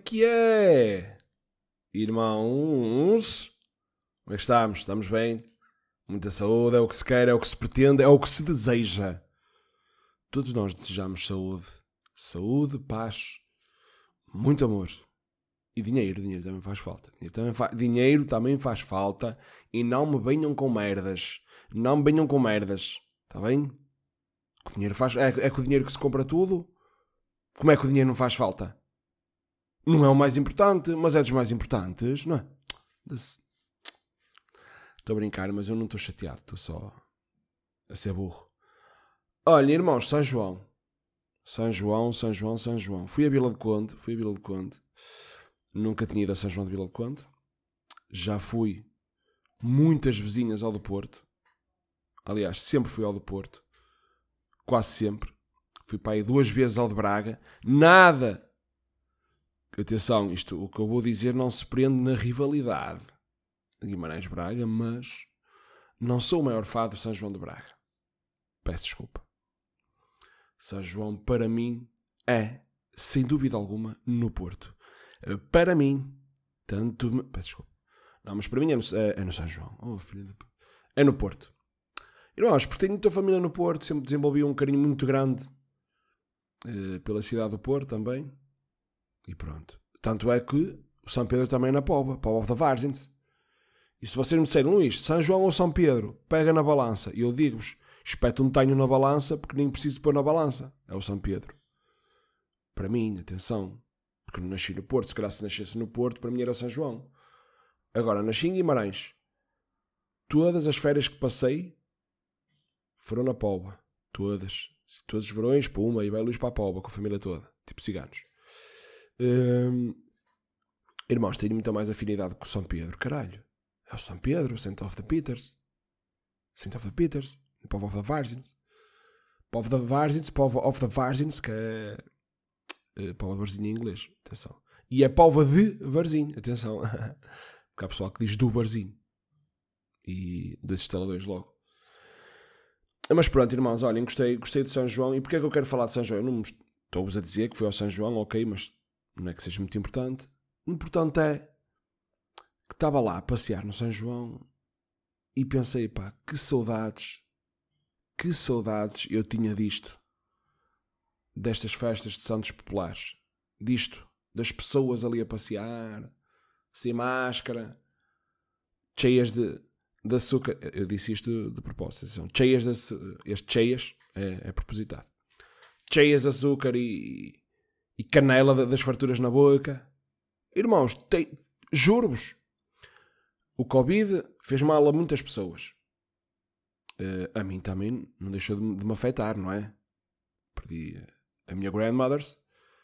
que é? Irmãos, como é que estamos? Estamos bem? Muita saúde, é o que se quer, é o que se pretende, é o que se deseja. Todos nós desejamos saúde. Saúde, paz, muito amor. E dinheiro também faz falta. Dinheiro também faz falta. E não me venham com merdas. Não me venham com merdas. Está bem? O dinheiro faz... É com o dinheiro que se compra tudo? Como é que o dinheiro não faz falta? Não é o mais importante, mas é dos mais importantes, não é? Estou a brincar, mas eu não estou chateado. Estou só a ser burro. Olha, irmãos, São João. Fui a Vila de Conde. Nunca tinha ido a São João de Vila de Conde. Já fui muitas vizinhas ao do Porto. Aliás, sempre fui ao do Porto. Quase sempre. Fui para aí 2 vezes ao de Braga. Nada. Atenção, o que eu vou dizer não se prende na rivalidade de Guimarães-Braga, mas não sou o maior fã do São João de Braga. Peço desculpa. São João, para mim, é, sem dúvida alguma, no Porto. Para mim, tanto... Peço desculpa. Não, mas para mim é no São João. Oh, filho de... É no Porto. Irmãos, porque tenho muita família no Porto, sempre desenvolvi um carinho muito grande pela cidade do Porto também. E pronto. Tanto é que o São Pedro também é na Póvoa of the Varzins. E se vocês me disserem, Luís, São João ou São Pedro, pega na balança. E eu digo-vos, espeto um tenho na balança porque nem preciso pôr na balança. É o São Pedro. Para mim, atenção, porque não nasci no Porto. Se calhar se nascesse no Porto, para mim era o São João. Agora, nasci em Guimarães. Todas as férias que passei foram na Póvoa. Todos os verões, puma, e vai luz para a Póvoa, com a família toda. Tipo ciganos. Irmãos, tenho muita mais afinidade com o São Pedro. Caralho. É o São Pedro, Saint of the Peters. Povo of the Varzins. Povo of the Varzins, que é Povo de Varzim em inglês. Atenção. E é Povo de Varzim. Atenção. Porque há pessoal que diz do Varzim. E 2 instaladores logo. Mas pronto, irmãos, olhem, gostei de São João. E porquê é que eu quero falar de São João? Eu não estou-vos a dizer que foi ao São João, ok, mas não é que seja muito importante. O importante é que estava lá a passear no São João e pensei, pá, que saudades eu tinha destas festas de santos populares, das pessoas ali a passear, sem máscara, cheias de açúcar. Eu disse isto de propósito, são cheias cheias é propositado, cheias de açúcar e canela das farturas na boca. Irmãos, juro-vos, o Covid fez mal a muitas pessoas. A mim também não deixou de me afetar, não é? Perdi a minha grandmother's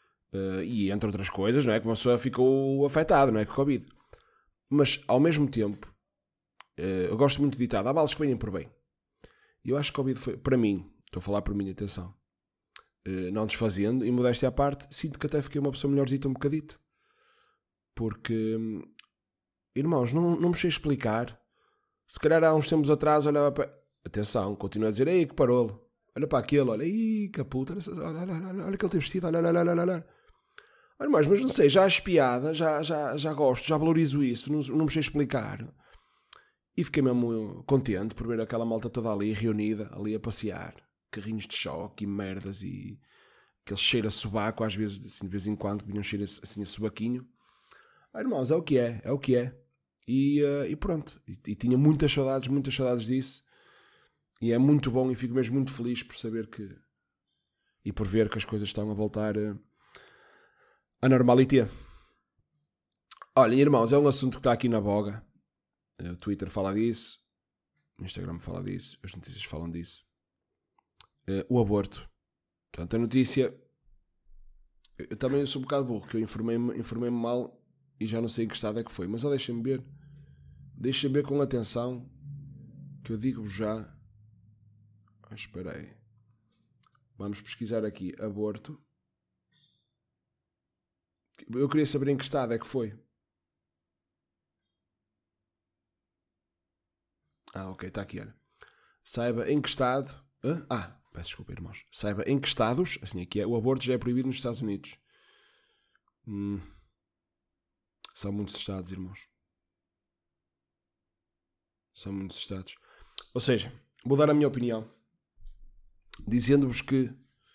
e entre outras coisas, não é? Que uma pessoa ficou afetada, não é? Com o Covid. Mas, ao mesmo tempo, eu gosto muito de ditado, há males que vêm por bem. E eu acho que o Covid foi, para mim, estou a falar por minha atenção, não desfazendo, e modéstia à parte, sinto que até fiquei uma pessoa melhorzita um bocadito. Porque, irmãos, não me sei explicar. Se calhar há uns tempos atrás olhava para... Atenção, continuo a dizer, ei, que parolo. Olha para aquele, olha, ih, que puta, olha que ele tem vestido, olha. Olha mais, mas não sei, já acho piada, já gosto, já valorizo isso, não me sei explicar. E fiquei mesmo contente por ver aquela malta toda ali, reunida, ali a passear. Carrinhos de choque e merdas e aquele cheiro a sobaco, às vezes, assim, de vez em quando, que vinha um cheiro assim a sobaquinho. Irmãos, é o que é. E pronto. E tinha muitas saudades disso. E é muito bom e fico mesmo muito feliz por saber que... E por ver que as coisas estão a voltar à normalidade. Olha, irmãos, é um assunto que está aqui na boga. O Twitter fala disso. O Instagram fala disso. As notícias falam disso. O aborto. Portanto, a notícia... Eu também sou um bocado burro, que eu informei-me mal... E já não sei em que estado é que foi. Mas deixem-me ver. Deixem-me ver com atenção. Que eu digo-vos já. Espera aí. Vamos pesquisar aqui. Aborto. Eu queria saber em que estado é que foi. Ok. Está aqui, olha. Saiba em que estado... peço desculpa, irmãos. Saiba em que estados... Assim aqui é. O aborto já é proibido nos Estados Unidos. São muitos estados, irmãos. São muitos estados. Ou seja, vou dar a minha opinião, dizendo-vos que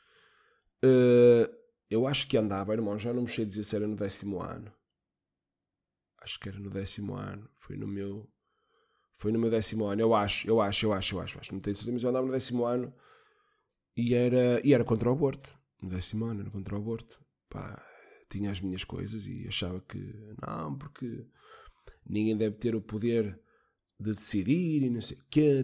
eu acho que andava, irmão, já não me sei dizer se era no 10º ano. Acho que era no 10º ano. Foi no meu 10º ano. Eu acho. Não tenho certeza, mas eu andava no 10º ano e era contra o aborto. No 10º ano era contra o aborto. Pá, tinha as minhas coisas e achava que não, porque ninguém deve ter o poder de decidir e não sei o quê.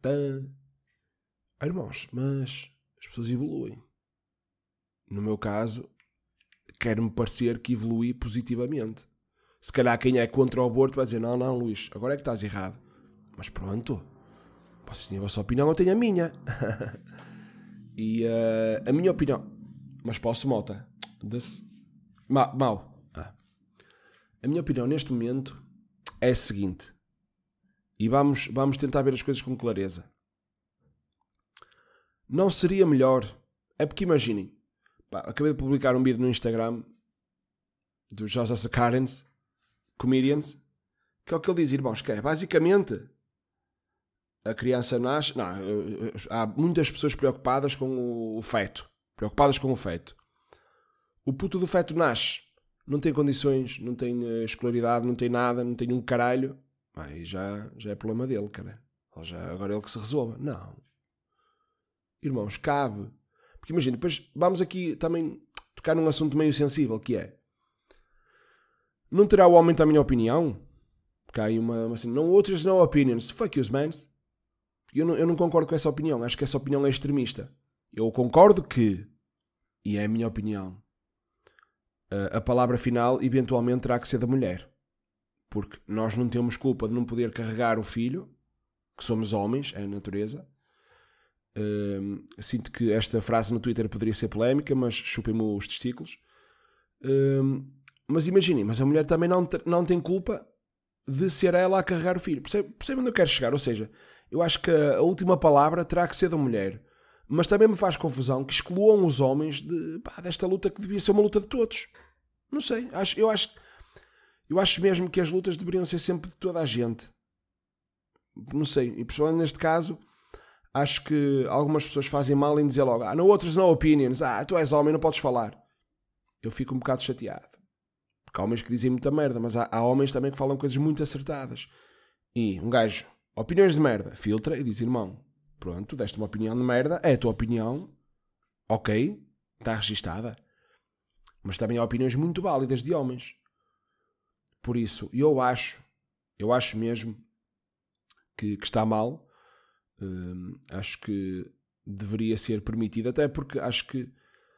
Irmãos, mas as pessoas evoluem. No meu caso, quero-me parecer que evolui positivamente. Se calhar quem é contra o aborto vai dizer, não, Luís, agora é que estás errado. Mas pronto, vocês têm a vossa opinião, eu tenho a minha. E a minha opinião... Mas posso, malta? Mau. A minha opinião neste momento é a seguinte. E vamos tentar ver as coisas com clareza. Não seria melhor... É porque imaginem, acabei de publicar um vídeo no Instagram do Joseph Carens, Comedians, que é o que ele diz, irmãos, que é basicamente a criança nasce... Não, há muitas pessoas preocupadas com o feto. O puto do feto nasce, não tem condições, não tem escolaridade, não tem nada, não tem um caralho. Aí já é problema dele, cara. Agora ele que se resolva. Não. Irmãos, cabe. Porque imagina, depois vamos aqui também tocar num assunto meio sensível, que é... Não terá o homem também a opinião? Porque há aí uma assim, não outros no opinions. Fuck you, mans. Eu não concordo com essa opinião. Acho que essa opinião é extremista. Eu concordo que, e é a minha opinião, a palavra final eventualmente terá que ser da mulher. Porque nós não temos culpa de não poder carregar o filho, que somos homens, é a natureza. Sinto que esta frase no Twitter poderia ser polémica, mas chupem-me os testículos. Mas imaginem, mas a mulher também não tem culpa de ser ela a carregar o filho. Percebem onde eu quero chegar? Ou seja, eu acho que a última palavra terá que ser da mulher. Mas também me faz confusão que excluam os homens desta luta que devia ser uma luta de todos. Não sei, eu acho mesmo que as lutas deveriam ser sempre de toda a gente. Não sei, e principalmente neste caso, acho que algumas pessoas fazem mal em dizer logo, no outros no opinions, tu és homem, não podes falar. Eu fico um bocado chateado. Porque há homens que dizem muita merda, mas há homens também que falam coisas muito acertadas. E um gajo, opiniões de merda, filtra e diz, irmão, pronto, deste uma opinião de merda, é a tua opinião, ok, está registada. Mas também há opiniões muito válidas de homens. Por isso, eu acho mesmo que está mal. Acho que deveria ser permitido, até porque acho que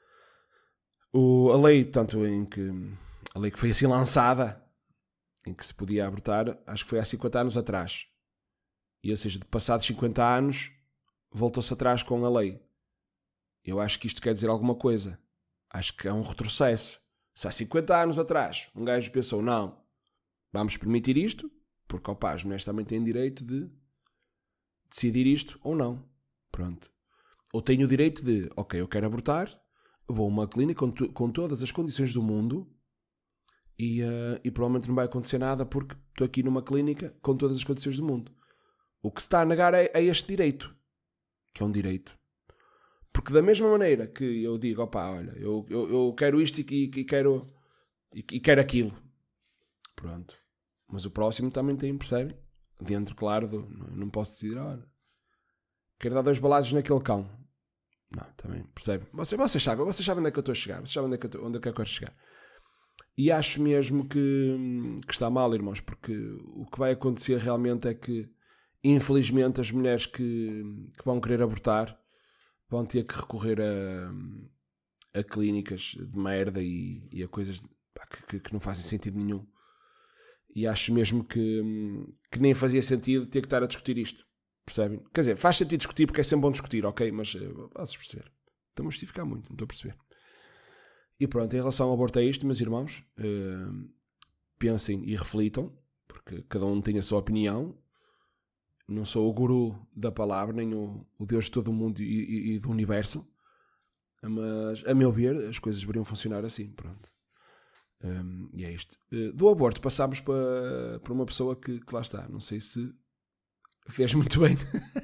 a lei, tanto em que a lei que foi assim lançada, em que se podia abortar, acho que foi há 50 anos atrás. E ou seja, de passados 50 anos, voltou-se atrás com a lei. Eu acho que isto quer dizer alguma coisa. Acho que é um retrocesso. Se há 50 anos atrás um gajo pensou, não, vamos permitir isto, porque as mulheres também têm direito de decidir isto ou não. Pronto. Ou tenho o direito de, ok, eu quero abortar, vou a uma clínica com todas as condições do mundo e provavelmente não vai acontecer nada porque estou aqui numa clínica com todas as condições do mundo. O que se está a negar é este direito, que é um direito. Porque da mesma maneira que eu digo, olha, eu quero isto e quero aquilo. Pronto. Mas o próximo também tem, percebem? Dentro, claro, não posso decidir, olha, quero dar 2 balados naquele cão. Não, também, percebem? Vocês sabem onde é que eu estou a chegar. Vocês sabem onde é que eu quero chegar. E acho mesmo que está mal, irmãos, porque o que vai acontecer realmente é que, infelizmente, as mulheres que vão querer abortar vão ter que recorrer a clínicas de merda e a coisas que não fazem sentido nenhum. E acho mesmo que nem fazia sentido ter que estar a discutir isto. Percebem? Quer dizer, faz sentido discutir porque é sempre bom discutir, ok? Mas podes perceber. Estou-me a justificar muito, não estou a perceber. E pronto, em relação ao aborto é isto, meus irmãos. Pensem e reflitam, porque cada um tem a sua opinião. Não sou o guru da palavra, nem o Deus de todo o mundo e do universo. Mas, a meu ver, as coisas deveriam funcionar assim, pronto. E é isto. Do aborto passámos para uma pessoa que lá está. Não sei se fez muito bem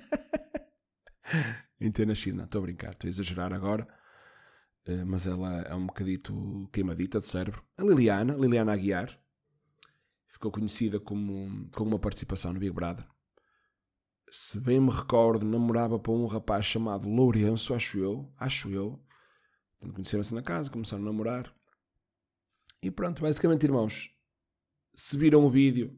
em ter nascido. Não, estou a brincar, estou a exagerar agora. Mas ela é um bocadito queimadita de cérebro. A Liliana Aguiar, ficou conhecida com uma participação no Big Brother. Se bem me recordo, namorava para um rapaz chamado Lourenço, acho eu. Conheceram-se na casa, começaram a namorar. E pronto, basicamente, irmãos, se viram o vídeo,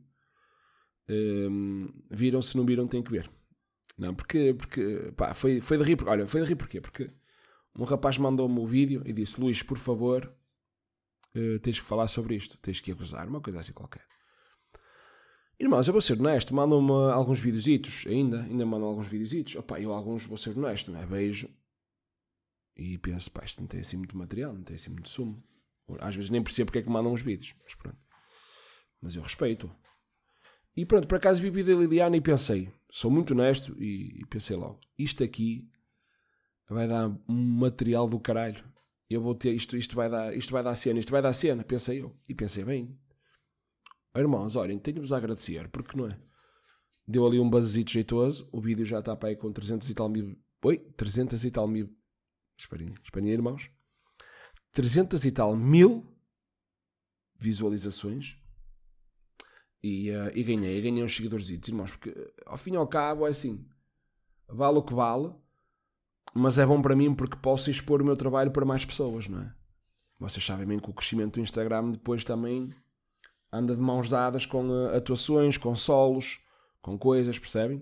viram, se não viram, têm que ver. Não, porque pá, foi de rir. Olha, foi de rir porquê? Porque um rapaz mandou-me o vídeo e disse: Luís, por favor, tens que falar sobre isto, tens que acusar, uma coisa assim qualquer. Irmãos, eu vou ser honesto, mandam-me alguns videozitos, ainda mandam alguns videozitos. Opa, eu alguns vou ser honesto, não é? Beijo e penso, pá, isto não tem assim muito material, não tem assim muito sumo. Às vezes nem percebo porque é que mandam os vídeos, mas pronto. Mas eu respeito. E pronto, por acaso vi o vídeo da Liliana e pensei, sou muito honesto e pensei logo, isto aqui vai dar um material do caralho. Eu vou ter isto vai dar cena, pensei eu. E pensei, bem, irmãos, olhem, tenho-vos a agradecer, porque não é? Deu ali um buzzito jeitoso, o vídeo já está para aí com 300 e tal mil... Oi? 300 e tal mil... Esperem, irmãos. 300 e tal mil visualizações e ganhei uns seguidores, irmãos, porque ao fim e ao cabo é assim, vale o que vale, mas é bom para mim porque posso expor o meu trabalho para mais pessoas, não é? Vocês sabem bem que o crescimento do Instagram depois também anda de mãos dadas com atuações, com solos, com coisas, percebem?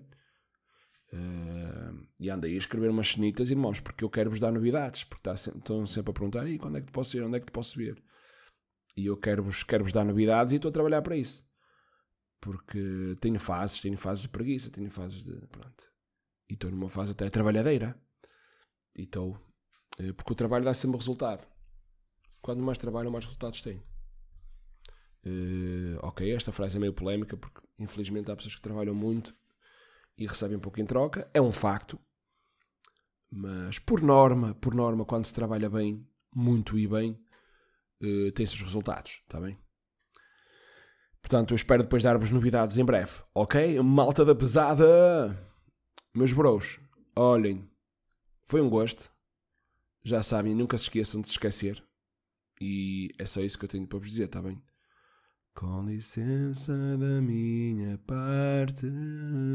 E ando aí a escrever umas cenitas, irmãos, porque eu quero-vos dar novidades, porque estão sempre a perguntar, e quando é que te posso ver, onde é que te posso ver? E eu quero-vos dar novidades e estou a trabalhar para isso. Porque tenho fases de preguiça, tenho fases de... Pronto. E estou numa fase até trabalhadeira. E estou... Porque o trabalho dá sempre resultado. Quanto mais trabalho, mais resultados tenho. Ok, esta frase é meio polémica, porque infelizmente há pessoas que trabalham muito e recebem pouco em troca. É um facto. Mas por norma, quando se trabalha bem, muito e bem, tem-se os resultados, está bem? Portanto, eu espero depois dar-vos novidades em breve, ok? Malta da pesada! Meus bros, olhem, foi um gosto. Já sabem, nunca se esqueçam de se esquecer. E é só isso que eu tenho para vos dizer, está bem? Com licença da minha parte...